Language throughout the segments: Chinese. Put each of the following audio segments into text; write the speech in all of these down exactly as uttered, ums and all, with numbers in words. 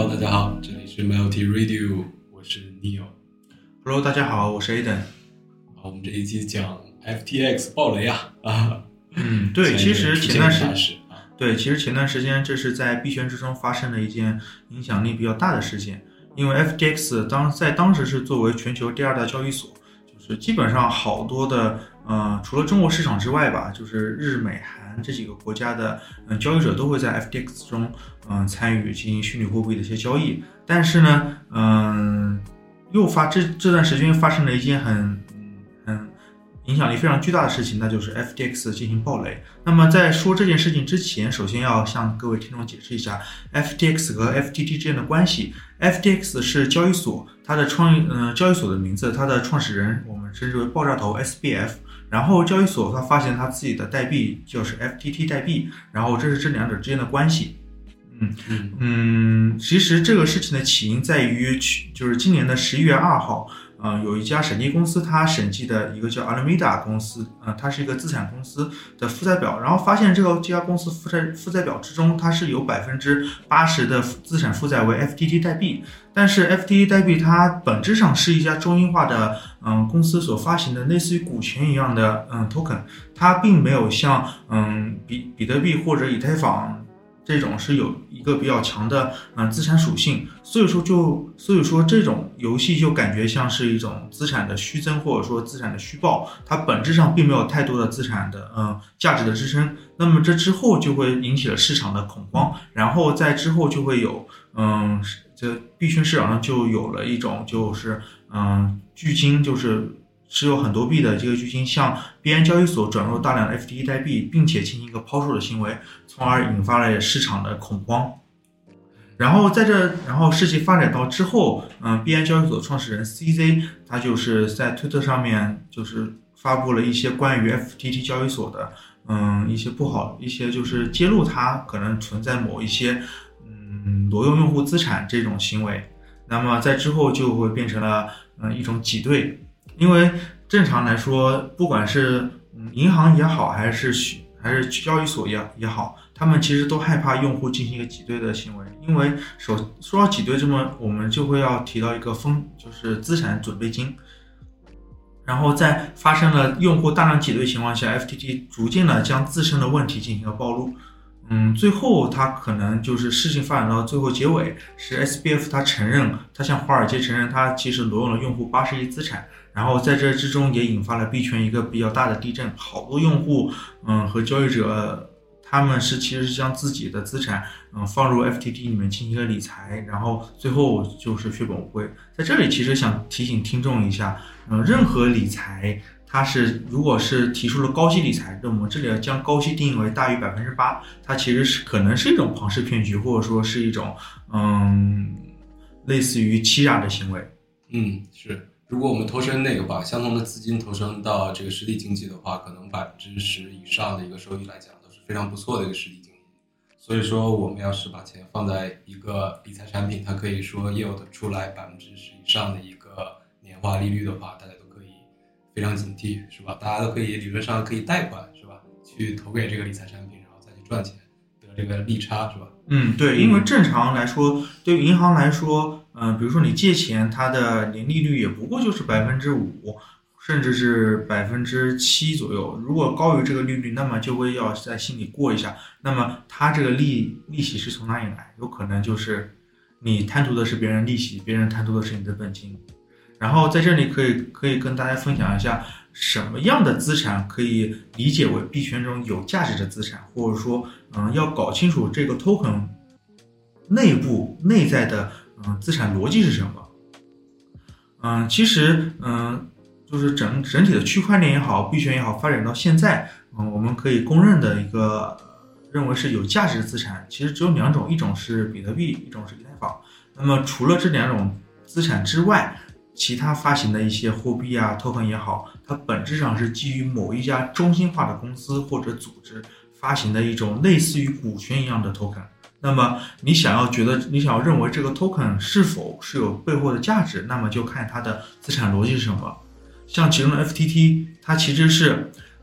Hello， 大家好，这里是 Melty Radio， 我是 Neo。Hello， 大家好，我是 Aiden。 好，我们这一期讲 F T X 暴雷啊啊。 嗯，对，其实前段时间， 对，其实前段时间这是在币圈之中发生的一件影响力比较大的事件，因为 F T X 当在当时是作为全球第二大交易所，就是基本上好多的呃，除了中国市场之外吧，就是日美韩这几个国家的嗯、呃、交易者都会在 F T X 中嗯、呃、参与进行虚拟货币的一些交易，但是呢，嗯、呃，又发这这段时间发生了一件很很影响力非常巨大的事情，那就是 F T X 进行暴雷。那么在说这件事情之前，首先要向各位听众解释一下 F T X 和 F T T 之间的关系。F T X 是交易所，它的创呃交易所的名字，它的创始人我们称之为爆炸头 S B F。然后交易所它发行它自己的代币就是 F T T 代币，然后这是这两者之间的关系。嗯嗯，其实这个事情的起因在于，就是今年的十一月二号，呃，有一家审计公司，它审计的一个叫 Alameda 公司，呃，它是一个资产公司的负债表，然后发现这个这家公司负债负债表之中，它是有百分之八十的资产负债为 F T T 代币，但是 F T T 代币它本质上是一家中心化的嗯、呃、公司所发行的类似于股权一样的嗯 token， 它并没有像嗯比比特币或者以太坊这种是有一个比较强的嗯资产属性，所以说就所以说这种游戏就感觉像是一种资产的虚增或者说资产的虚报，它本质上并没有太多的资产的嗯价值的支撑。那么这之后就会引起了市场的恐慌，然后在之后就会有嗯这币圈市场上就有了一种就是嗯巨鲸就是持有很多币的这个巨鲸向币安交易所转入大量的 F T T 代币，并且进行一个抛售的行为，从而引发了市场的恐慌。然后在这，然后事情发展到之后，嗯，币安交易所创始人 C Z 他就是在推特上面就是发布了一些关于 F T T 交易所的嗯一些不好一些就是揭露它可能存在某一些嗯挪用用户资产这种行为。那么在之后就会变成了嗯一种挤兑。因为正常来说，不管是嗯银行也好，还是还是交易所也也好，他们其实都害怕用户进行一个挤兑的行为。因为首说到挤兑，这么我们就会要提到一个风，就是资产准备金。然后在发生了用户大量挤兑情况下 ，F T T 逐渐的将自身的问题进行了暴露。嗯，最后他可能就是事情发展到最后结尾，是 S B F 他承认，他向华尔街承认他其实挪用了用户八十亿资产。然后在这之中也引发了币圈一个比较大的地震，好多用户嗯和交易者他们是其实是将自己的资产嗯放入 F T T 里面进行一个理财，然后最后就是血本无归。在这里其实想提醒听众一下，嗯任何理财它是如果是提出了高息理财，那我们这里要将高息定义为大于 百分之八， 它其实是可能是一种庞氏骗局，或者说是一种嗯类似于欺诈的行为。 嗯，是。如果我们投身那个把相同的资金投身到这个实体经济的话，可能百分之十以上的一个收益来讲都是非常不错的一个实体经济。所以说我们要是把钱放在一个理财产品，它可以说yield出来百分之十以上的一个年化利率的话，大家都可以非常警惕，是吧？大家都可以理论上可以贷款，是吧？去投给这个理财产品，然后再去赚钱，得这个利差，是吧？ 嗯，对，因为正常来说，对于银行来说，嗯、呃，比如说你借钱，它的年利率也不过就是百分之五，甚至是百分之七左右。如果高于这个利率，那么就会要在心里过一下。那么它这个利利息是从哪里来？有可能就是你贪图的是别人利息，别人贪图的是你的本金。然后在这里可以可以跟大家分享一下，什么样的资产可以理解为币圈中有价值的资产，或者说，嗯，要搞清楚这个 token 内部内在的嗯资产逻辑是什么。嗯，其实嗯就是整整体的区块链也好，币圈也好，发展到现在，嗯，我们可以公认的一个认为是有价值的资产，其实只有两种，一种是比特币，一种是以太坊。那么除了这两种资产之外，其他发行的一些货币啊 token 也好，它本质上是基于某一家中心化的公司或者组织发行的一种类似于股权一样的 token。那么你想要觉得你想要认为这个 token 是否是有背后的价值，那么就看它的资产逻辑是什么。像其中的 F T T 它其实是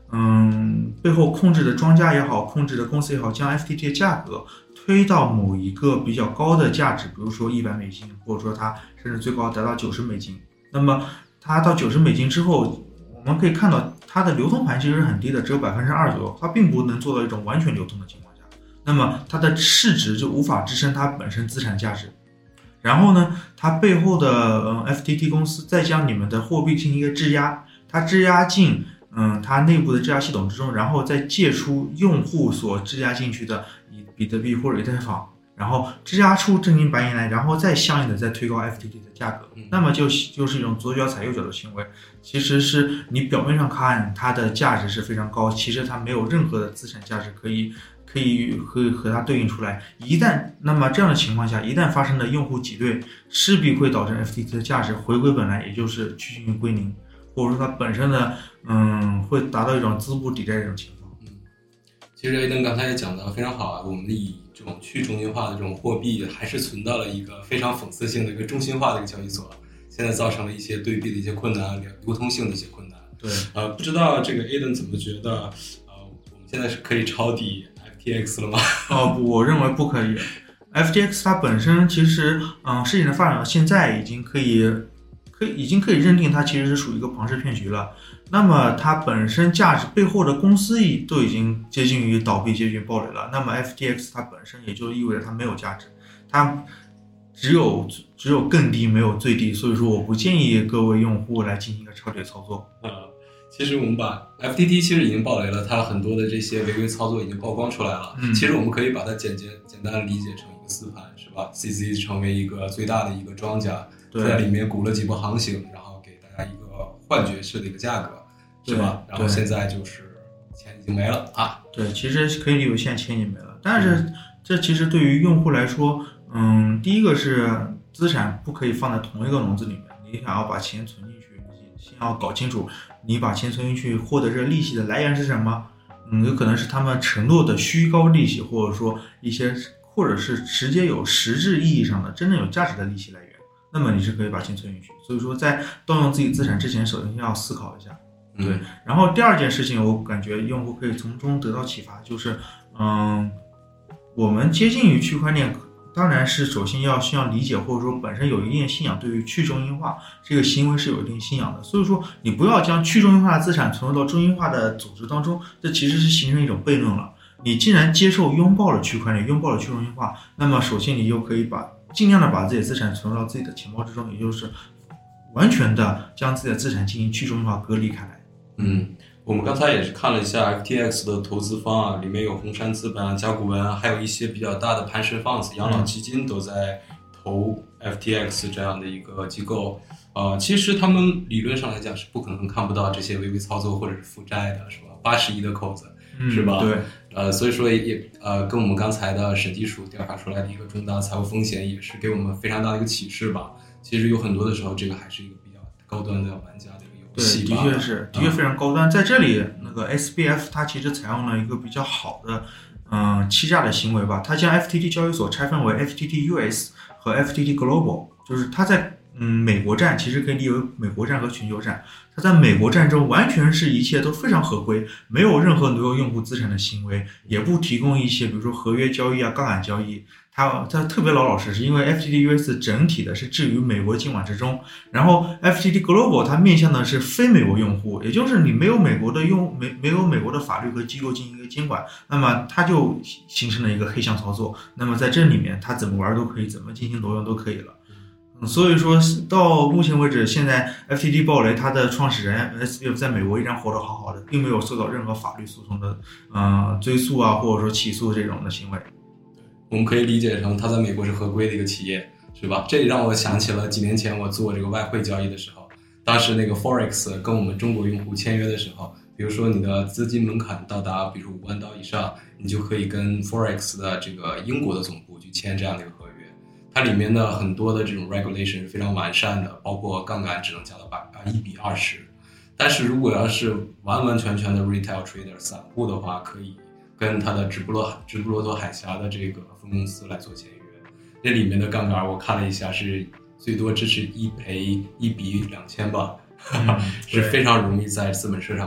嗯，背后控制的庄家也好，控制的公司也好，将 F T T 的价格推到某一个比较高的价值，比如说一百美金，或者说它甚至最高达到九十美金。那么它到九十美金之后，我们可以看到它的流通盘其实是很低的，只有百分之二左右，它并不能做到一种完全流通的情况下。那么它的市值就无法支撑它本身资产价值。然后呢，它背后的嗯 F T T 公司再将你们的货币进行一个质押，它质押进嗯它内部的质押系统之中，然后再借出用户所质押进去的以比特币或者以太坊，然后质押出真金白银来，然后再相应的再推高 F T T 的价格，那么就就是一种左脚踩右脚的行为。其实是你表面上看它的价值是非常高，其实它没有任何的资产价值可以可以和和它对应出来。一旦那么这样的情况下，一旦发生了用户挤兑，势必会导致 F T T 的价值回归本来，也就是趋近于归零，或者说它本身的嗯会达到一种资不抵债这种情况。 嗯，其实 Aiden 刚才也讲得非常好啊，我们以这种去中心化的这种货币还是存到了一个非常讽刺性的一个中心化的一个交易所，现在造成了一些对币的一些困难，流通性的一些困难。 对， 呃，不知道这个 Aiden 怎么觉得？呃，我们现在是可以抄底 F T X 了吗？ 哦不，我认为不可以。F T X 它本身其实，嗯，事情的发展到现在已经可以，可以已经可以认定它其实是属于一个庞氏骗局了。那么它本身价值背后的公司都已经接近于倒闭、接近于暴雷了。那么 F T X 它本身也就意味着它没有价值，它只有只有更低，没有最低。所以说，我不建议各位用户来进行一个抄底操作。 呃，其实我们把 F T T 其实已经暴雷了，它很多的这些违规操作已经曝光出来了。 嗯， 其实我们可以把它简简简单的理解成一个私盘，是吧 ？C Z 成为一个最大的一个庄家，在里面鼓了几波行情，然后给大家一个幻觉式的一个价格，是吧？然后现在就是钱已经没了啊。 对，其实可以理解现在钱已经没了，但是这其实对于用户来说，嗯，第一个是资产不可以放在同一个笼子里面，你想要把钱存进去，你先要搞清楚你把钱存进去获得这利息的来源是什么。嗯，有可能是他们承诺的虚高利息，或者说一些，或者是直接有实质意义上的真正有价值的利息来源，那么你是可以把钱存进去。所以说在动用自己资产之前，首先要思考一下。对，然后第二件事情，我感觉用户可以从中得到启发，就是，嗯，我们接近于区块链，当然是首先要先要理解，或者说本身有一定信仰，对于去中心化这个行为是有一定信仰的。所以说，你不要将去中心化的资产存入到中心化的组织当中，这其实是形成一种悖论了。你既然接受拥抱了区块链，拥抱了去中心化，那么首先你就可以把尽量的把自己的资产存入到自己的钱包之中，也就是完全的将自己的资产进行去中心化隔离开来。 嗯，我们刚才也是看了一下 F T X 的投资方啊，里面有红杉资本啊、甲骨文啊，还有一些比较大的潘氏 funds 养老基金都在投 F T X 这样的一个机构。呃，其实他们理论上来讲是不可能看不到这些违规操作或者是负债的，是吧？八十亿的口子， 嗯、 是吧？ 对。 呃，所以说也呃，跟我们刚才的审计署调查出来的一个重大财务风险，也是给我们非常大的一个启示吧。其实有很多的时候，这个还是一个比较高端的玩家的。 对，的确是，的确非常高端。在这里，那个 S B F 它其实采用了一个比较好的，嗯、呃，欺诈的行为吧。它将 F T T 交易所拆分为 F T T U S 和 F T T Global， 就是它在嗯美国站其实可以理为美国站和全球站。它在美国站中完全是一切都非常合规，没有任何挪用用户资产的行为，也不提供一些比如说合约交易啊、杠杆交易。它它特别老老实实，因为 F T T U S 整体的是置于美国监管之中，然后 F T T Global 它面向的是非美国用户，也就是你没有美国的用没没有美国的法律和机构进行一个监管，那么它就形成了一个黑箱操作。那么在这里面，它怎么玩都可以，怎么进行挪用都可以了。嗯，所以说到目前为止，现在 F T T 暴雷，它的创始人 S B F 在美国依然活得好好的，并没有受到任何法律诉讼的呃追诉啊，或者说起诉这种的行为。 我们可以理解成它在美国是合规的一个企业，是吧？这也让我想起了几年前我做这个外汇交易的时候，当时那个 Forex 跟我们中国用户签约的时候，比如说你的资金门槛到达比如五万刀以上，你就可以跟 Forex 的这个英国的总部去签这样的一个合约。它里面的很多的这种 regulation 是非常完善的，包括杠杆只能加到一比二十。但是如果要是完完全全的 retail trader 散户的话，可以跟他的直布罗直布罗陀海峡的这个分公司来做签约，这里面的杠杆我看了一下，是最多支持一赔一比两千吧，嗯、是非常容易在资本市场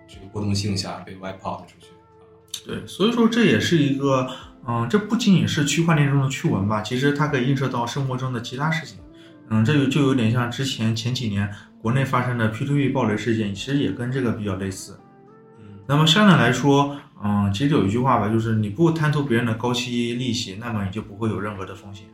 这个波动性下被 wipe out 出去。 对，所以说这也是一个，嗯，这不仅仅是区块链中的趣闻吧，其实它可以映射到生活中的其他事情。嗯，这就有点像之前前几年国内发生的 P to P 暴雷事件，其实也跟这个比较类似。 嗯， 那么相对来说，嗯，其实有一句话吧，就是你不贪图别人的高息利息，那么你就不会有任何的风险。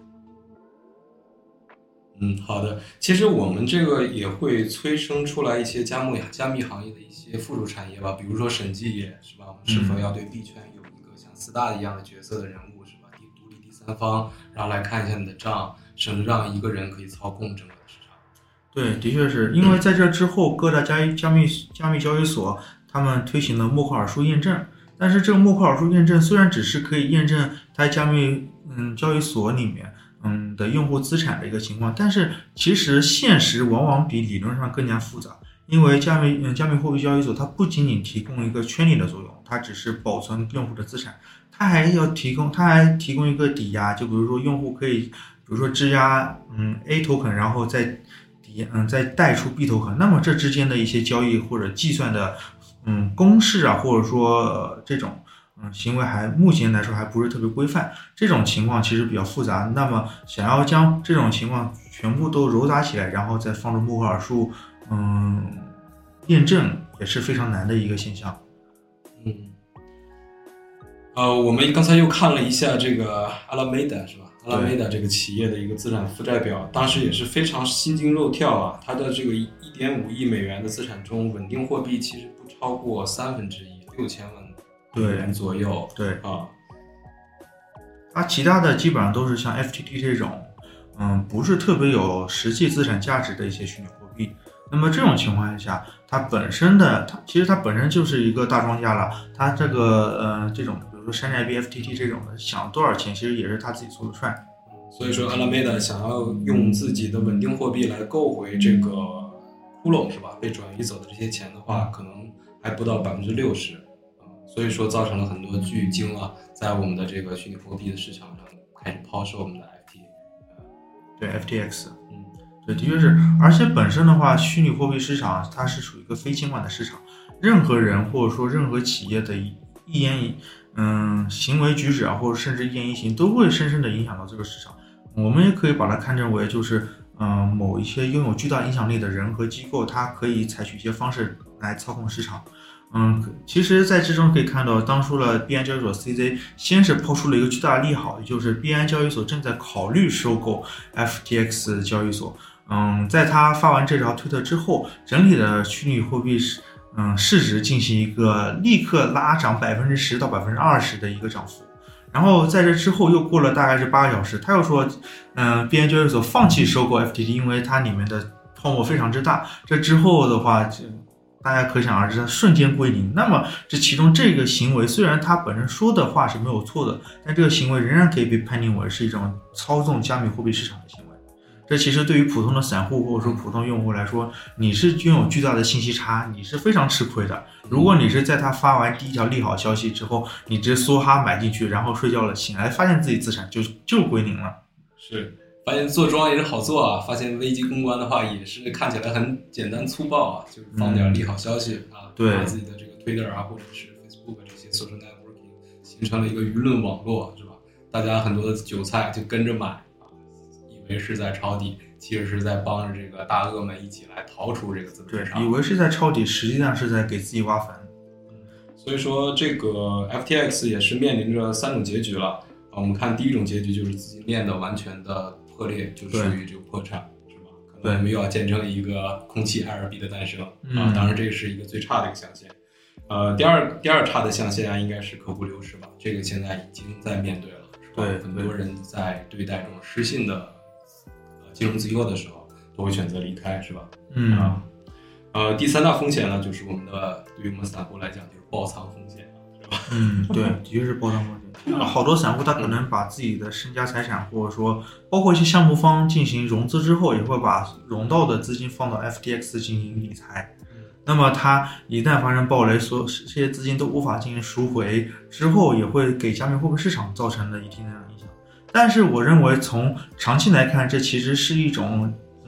嗯，好的。其实我们这个也会催生出来一些加密加密行业的一些附属产业吧，比如说审计业，是吧？我们是否要对币圈有一个像四大一样的角色的人物，是吧？独立第三方，然后来看一下你的账，省得让一个人可以操控整个市场。 对，的确是因为在这之后，各大加加密加密交易所他们推行了默克尔树验证，但是这个默克尔树验证虽然只是可以验证它加密嗯交易所里面。嗯的用户资产的一个情况，但是其实现实往往比理论上更加复杂，因为加密嗯加密货币交易所它不仅仅提供一个圈里的作用，它只是保存用户的资产，它还要提供它还提供一个抵押，就比如说用户可以比如说质押嗯 A token， 然后再抵嗯再贷出 B token， 那么这之间的一些交易或者计算的嗯公式啊，或者说、呃、这种。嗯，行为还目前来说还不是特别规范，这种情况其实比较复杂。那么想要将这种情况全部都糅杂起来，然后再放入默克尔树，嗯，验证也是非常难的一个现象。 嗯，呃，我们刚才又看了一下这个 Alameda 是吧 ？Alameda 这个企业的一个资产负债表，当时也是非常心惊肉跳啊。它的这个一点五亿美元的资产中，稳定货币其实不超过三分之一，六千万。美元左右， 对啊， 它其他的基本上都是像 F T T 这种，嗯，不是特别有实际资产价值的一些虚拟货币。那么这种情况下，它本身的它其实它本身就是一个大庄家了，它这个呃这种比如说山寨币 F T T 这种的，想多少钱其实也是他自己说了算。 所以说 Alameda 想要用自己的稳定货币来购回这个窟窿是吧？被转移走的这些钱的话，可能还不到百分之六十。所以说造成了很多巨鲸啊，在我们的这个虚拟货币的市场上开始抛售我们的 F T， 对 F T X， 嗯， 对，的确是，而且本身的话，虚拟货币市场它是属于一个非监管的市场，任何人或者说任何企业的一言一嗯行为举止啊，或者甚至一言一行，都会深深的影响到这个市场。我们也可以把它看成为就是嗯某一些拥有巨大影响力的人和机构，它可以采取一些方式来操控市场。嗯，其实在之中可以看到，当初的币安交易所 C Z 先是抛出了一个巨大的利好，也就是币安交易所正在考虑收购 F T X 交易所。嗯，在他发完这条推特之后，整体的虚拟货币市嗯市值进行一个立刻拉涨百分之十到百分之二十的一个涨幅。然后在这之后又过了大概是八个小时，他又说，嗯，币安交易所放弃收购 F T T， 因为它里面的泡沫非常之大。这之后的话，大家可想而知，它瞬间归零。那么这其中这个行为，虽然它本身说的话是没有错的，但这个行为仍然可以被判定为是一种操纵加密货币市场的行为。这其实对于普通的散户或者说普通用户来说，你是拥有巨大的信息差，你是非常吃亏的。如果你是在他发完第一条利好消息之后，你直接梭哈买进去，然后睡觉了，醒来发现自己资产就就归零了。 是。发现做庄也是好做啊，发现危机公关的话也是看起来很简单粗暴啊，就是放点利好消息、嗯、啊， 对， 把自己的这个 Twitter 啊或者是 Facebook 这些 social networking 形成了一个舆论网络，是吧？大家很多的韭菜就跟着买啊，以为是在抄底，其实是在帮着这个大鳄们一起来逃出这个资本市场。 对，以为是在抄底，实际上是在给自己挖坟。 所以说这个 F T X 也是面临着三种结局了啊。我们看第一种结局就是资金链的完全的破裂，就属于这个破产，是吧？可能我们又要见证一个空气 I R B 的诞生、嗯、啊！当然，这是一个最差的一个象限。呃，第二第二差的象限啊，应该是客户流失吧？这个现在已经在面对了，是吧？ 对， 很多人在对待这种失信的呃金融机构的时候，都会选择离开，是吧？ 嗯啊，呃，第三大风险呢，就是我们的对于我们散户来讲，就是爆仓风险，是吧？ 嗯，对，的确是爆仓风险。好多散户他可能把自己的身家财产，或者说包括一些项目方进行融资之后，也会把融到的资金放到 F T X 进行理财。那么他一旦发生暴雷，所有这些资金都无法进行赎回之后，也会给加密货币市场造成了一定的影响。但是我认为从长期来看，这其实是一种嗯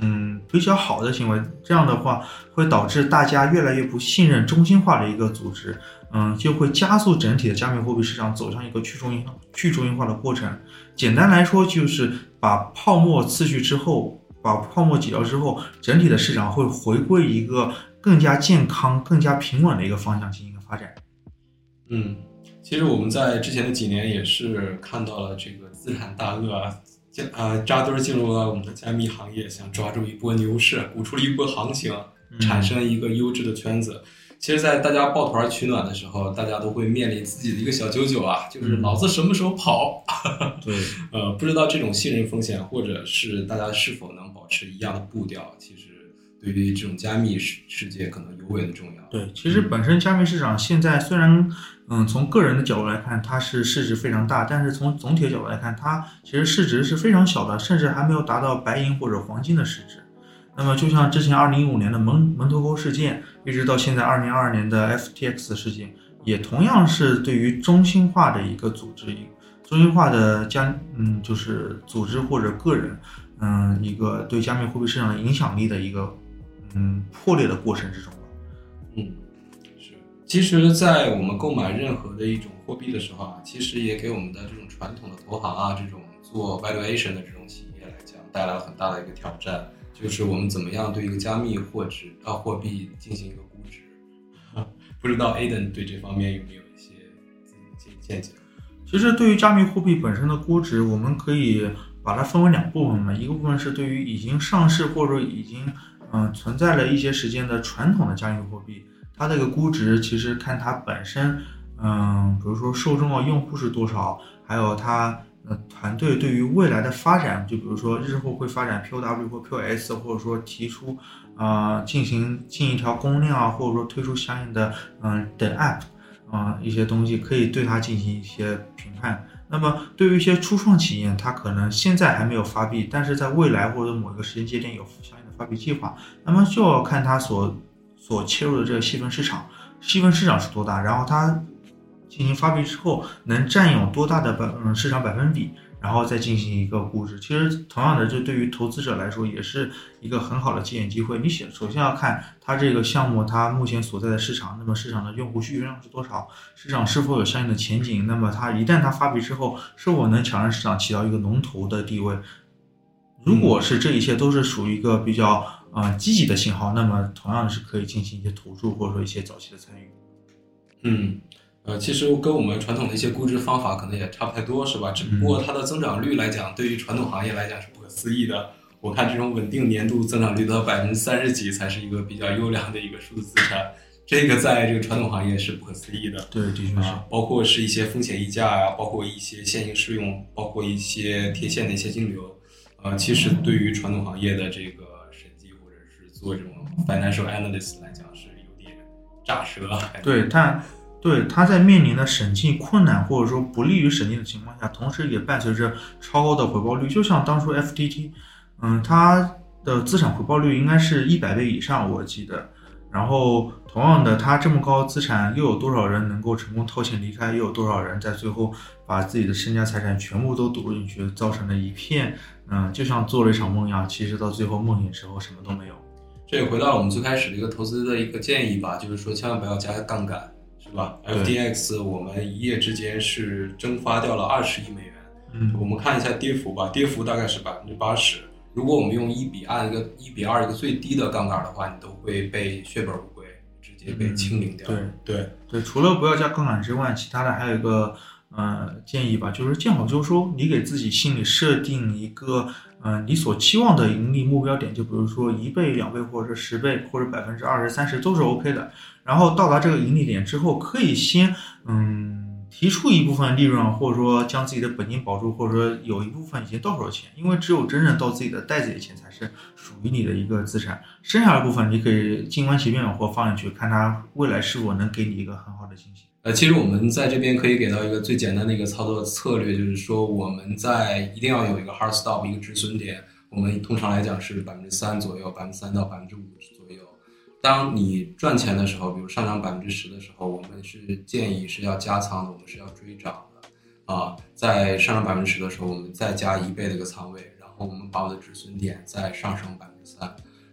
比较好的行为，这样的话会导致大家越来越不信任中心化的一个组织，嗯，就会加速整体的加密货币市场走向一个去中心去中心化的过程。简单来说，就是把泡沫刺去之后，把泡沫挤掉之后，整体的市场会回归一个更加健康、更加平稳的一个方向进行一个发展。 嗯，其实我们在之前的几年也是看到了这个资产大鳄啊，呃扎堆进入了我们的加密行业，想抓住一波牛市，鼓出了一波行情，产生一个优质的圈子。嗯，其实在大家抱团取暖的时候，大家都会面临自己的一个小九九啊，就是老子什么时候跑？ 对， 呃，不知道这种信任风险，或者是大家是否能保持一样的步调，其实对于这种加密世界可能尤为的重要。 对，其实本身加密市场现在虽然，嗯，从个人的角度来看，它是市值非常大，但是从总体的角度来看，它其实市值是非常小的，甚至还没有达到白银或者黄金的市值。那么就像之前二零一五年的门门头沟事件，一直到现在二零二二年的 F T X 事件，也同样是对于中心化的一个组织，中心化的加嗯就是组织或者个人，嗯一个对加密货币市场的影响力的一个嗯破裂的过程之中吧。 嗯，是。其实，在我们购买任何的一种货币的时候啊，其实也给我们的这种传统的投行啊，这种做 valuation 的这种企业来讲，带来了很大的一个挑战。就是我们怎么样对一个加密货值啊货币进行一个估值，不知道 Aiden 对这方面有没有一些自己的见解？ 其实对于加密货币本身的估值，我们可以把它分为两部分嘛，一个部分是对于已经上市或者已经嗯、呃、存在了一些时间的传统的加密货币，它这个估值其实看它本身，嗯，比如说受众啊用户是多少，还有它。呃，团队对于未来的发展，就比如说日后会发展 P O W 或 P O S， 或者说提出啊、呃、进行进一条公链啊，或者说推出相应的嗯、呃、的 App 啊、呃、一些东西，可以对它进行一些评判。那么对于一些初创企业，它可能现在还没有发币，但是在未来或者某一个时间节点有相应的发币计划，那么就要看它所所切入的这个细分市场，细分市场是多大，然后它进行发币之后能占有多大的百嗯市场百分比，然后再进行一个估值。其实同样的，这对于投资者来说也是一个很好的借鉴机会。你首先要看它这个项目它目前所在的市场，那么市场的用户需求量是多少，市场是否有相应的前景，那么它一旦它发币之后是否能抢占市场，起到一个龙头的地位。如果是这一切都是属于一个比较呃积极的信号，那么同样是可以进行一些投注或者说一些早期的参与。 嗯。呃，其实跟我们传统的一些估值方法可能也差不太多，是吧？只不过它的增长率来讲，对于传统行业来讲是不可思议的。我看这种稳定年度增长率到百分之三十几才是一个比较优良的一个数字资产，这个在这个传统行业是不可思议的。 对，的确是、 啊。包括是一些风险溢价呀、啊，包括一些现行适用，包括一些贴现的一些金流，呃，其实对于传统行业的这个审计或者是做这种 financial analyst 来讲是有点炸舌。 对，但。对，它在面临的审计困难或者说不利于审计的情况下，同时也伴随着超高的回报率。就像当初 F T T， 嗯，它的资产回报率应该是一百倍以上，我记得。然后同样的，它这么高资产，又有多少人能够成功套现离开？又有多少人在最后把自己的身家财产全部都赌入进去，造成了一片，嗯，就像做了一场梦一样。其实到最后梦醒之后什么都没有。 这也回到了我们最开始的一个投资的一个建议吧，就是说千万不要加杠杆。是吧 ？F T X 我们一夜之间是蒸发掉了二十亿美元。 嗯， 我们看一下跌幅吧，跌幅大概是百分之八十。如果我们用一比二一个一比二一个最低的杠杆的话，你都会被血本无归，直接被清零掉。 嗯、 对对对，除了不要加杠杆之外，其他的还有一个呃建议吧，就是见好就收。你给自己心里设定一个呃你所期望的盈利目标点，就比如说一倍、两倍，或者是十倍，或者百分之二十、三十都是 OK 的。然后到达这个盈利点之后，可以先嗯提出一部分利润，或者说将自己的本金保住，或者说有一部分已经到手钱，因为只有真正到自己的袋子里的钱才是属于你的一个资产，剩下的部分你可以静观其变或放进去，看它未来是否能给你一个很好的惊喜。 呃，其实我们在这边可以给到一个最简单的一个操作策略，就是说我们在一定要有一个 hard stop 一个止损点，我们通常来讲是百分之三左右，百分之三到百分之五左右。当你赚钱的时候，比如上涨百分之十的时候，我们是建议是要加仓的，我们是要追涨的啊。在上涨百分之十的时候，我们再加一倍的一个仓位，然后我们把我的止损点再上升百分之三。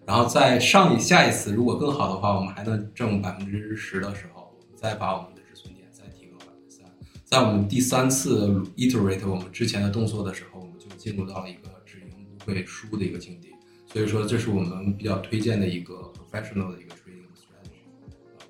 然后在上一下一次如果更好的话，我们还能挣百分之十的时候，我们再把我们的止损点再提高百分之三。在我们第三次 iterate 我们之前的动作的时候，我们就进入到了一个只赢不会输的一个境地。所以说，这是我们比较推荐的一个 professional 的一个 trading strategy。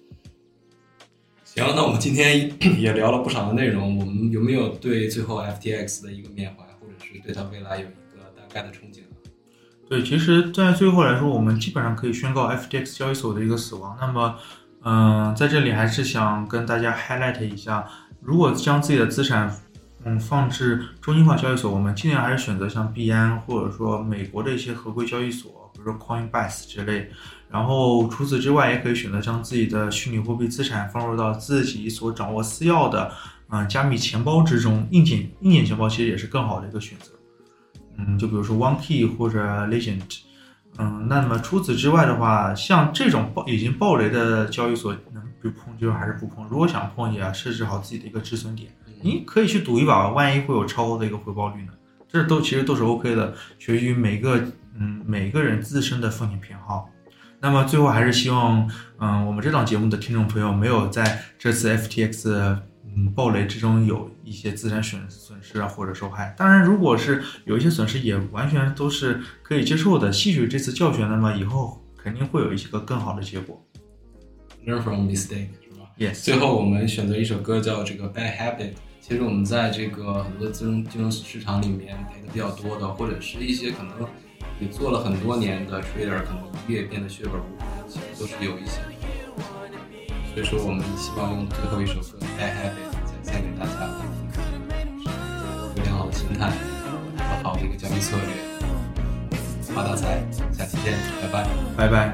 行，那我们今天也聊了不少的内容，我们有没有对最后 F T X 的一个缅怀，或者是对它未来有一个大概的憧憬呢？ 对，其实在最后来说，我们基本上可以宣告 F T X 交易所的一个死亡。那么，嗯、呃，在这里还是想跟大家 highlight 一下，如果将自己的资产嗯放置中心化交易所，我们尽量还是选择像币安或者说美国的一些合规交易所，比如说 Coinbase 之类。然后除此之外，也可以选择将自己的虚拟货币资产放入到自己所掌握私钥的嗯、呃、加密钱包之中，硬件硬件钱包其实也是更好的一个选择。嗯，就比如说 OneKey 或者 Legend， 嗯，那么除此之外的话，像这种爆已经爆雷的交易所，能不碰就还是不碰。如果想碰，也要设置好自己的一个止损点。你可以去赌一把，万一会有超高的一个回报率呢？这都其实都是 OK 的，取决于每个嗯每个人自身的风险偏好。那么最后还是希望，嗯，我们这档节目的听众朋友没有在这次 F T X。嗯，暴雷之中有一些资产损损失啊，或者受害。当然，如果是有一些损失，也完全都是可以接受的。吸取这次教训，那么以后肯定会有一些个更好的结果。 Learn from mistake 是吧 ？Yes。 最后我们选择一首歌叫这个 Bad Habit。其实我们在这个很多金融金融市场里面赔的比较多的，或者是一些可能也做了很多年的 trader， 可能一夜变得血本无归，其实都是有一些的。所以说我们希望用最后一首歌 Bad Habit 献给大家，有良好的心态，和好的一个交易策略，发大财，下期见，拜拜， 拜拜。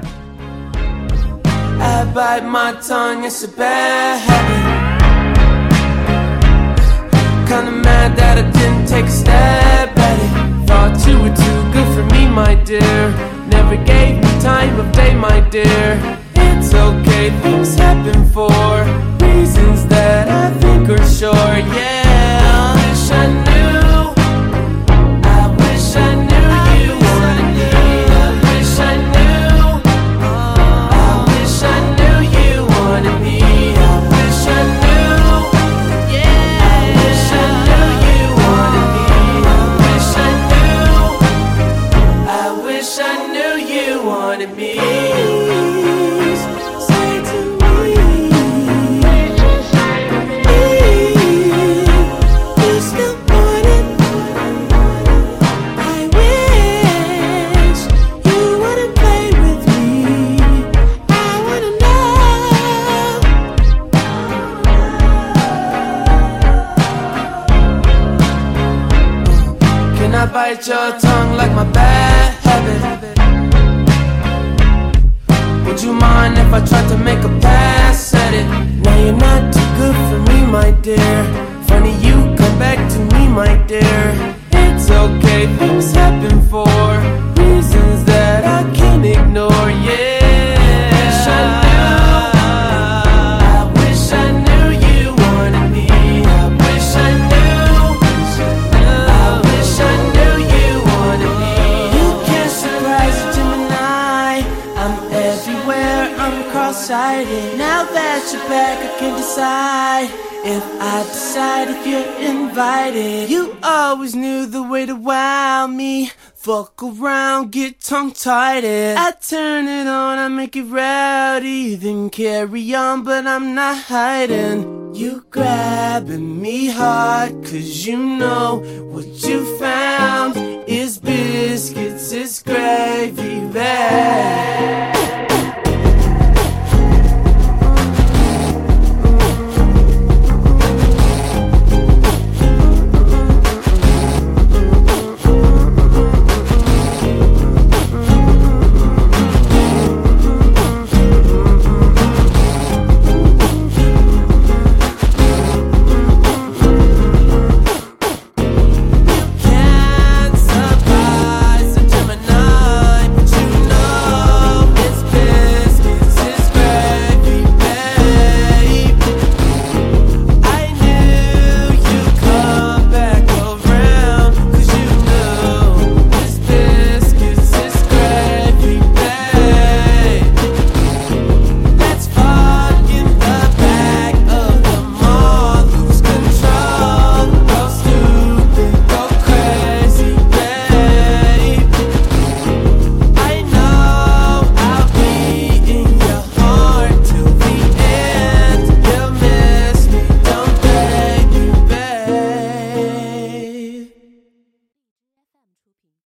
I bite my tongue, it's a bad habit. Kinda mad that I didn't take a stab at it. Thought you were too good for me, my dear. Never gave me time of day, my dear. It's okay, things happen for reasons that I think are sure, yeah. I wish I knew, I wish I knew you wanted me. I wish I knew, I wish I knew you wanted me. I wish I knew, yeah. I wish I knew you wanted me. I wish I knew, I wish I knew you wanted me. I bite your tongue like my bad habit. Would you mind if I tried to make a pass at it? Now you're not too good for me, my dear. Funny you come back to me, my dear. It's okay, things happen for reasons that I can't ignore, yeah. I wish I knew, I wish I knew you wanted me. I wish I knew, I wish I knew you wanted me. You can't surprise a Gemini. I'm everywhere, I'm cross-sighted. Now that you're back, I can decide if I decide if you're invited. You always knew the way to wow me. Fuck around, get tongue-tied. I turn it on, I make it rowdy. Then carry on, but I'm not hiding. You grabbing me hard, cause you know what you found is biscuits, it's gravy, bad.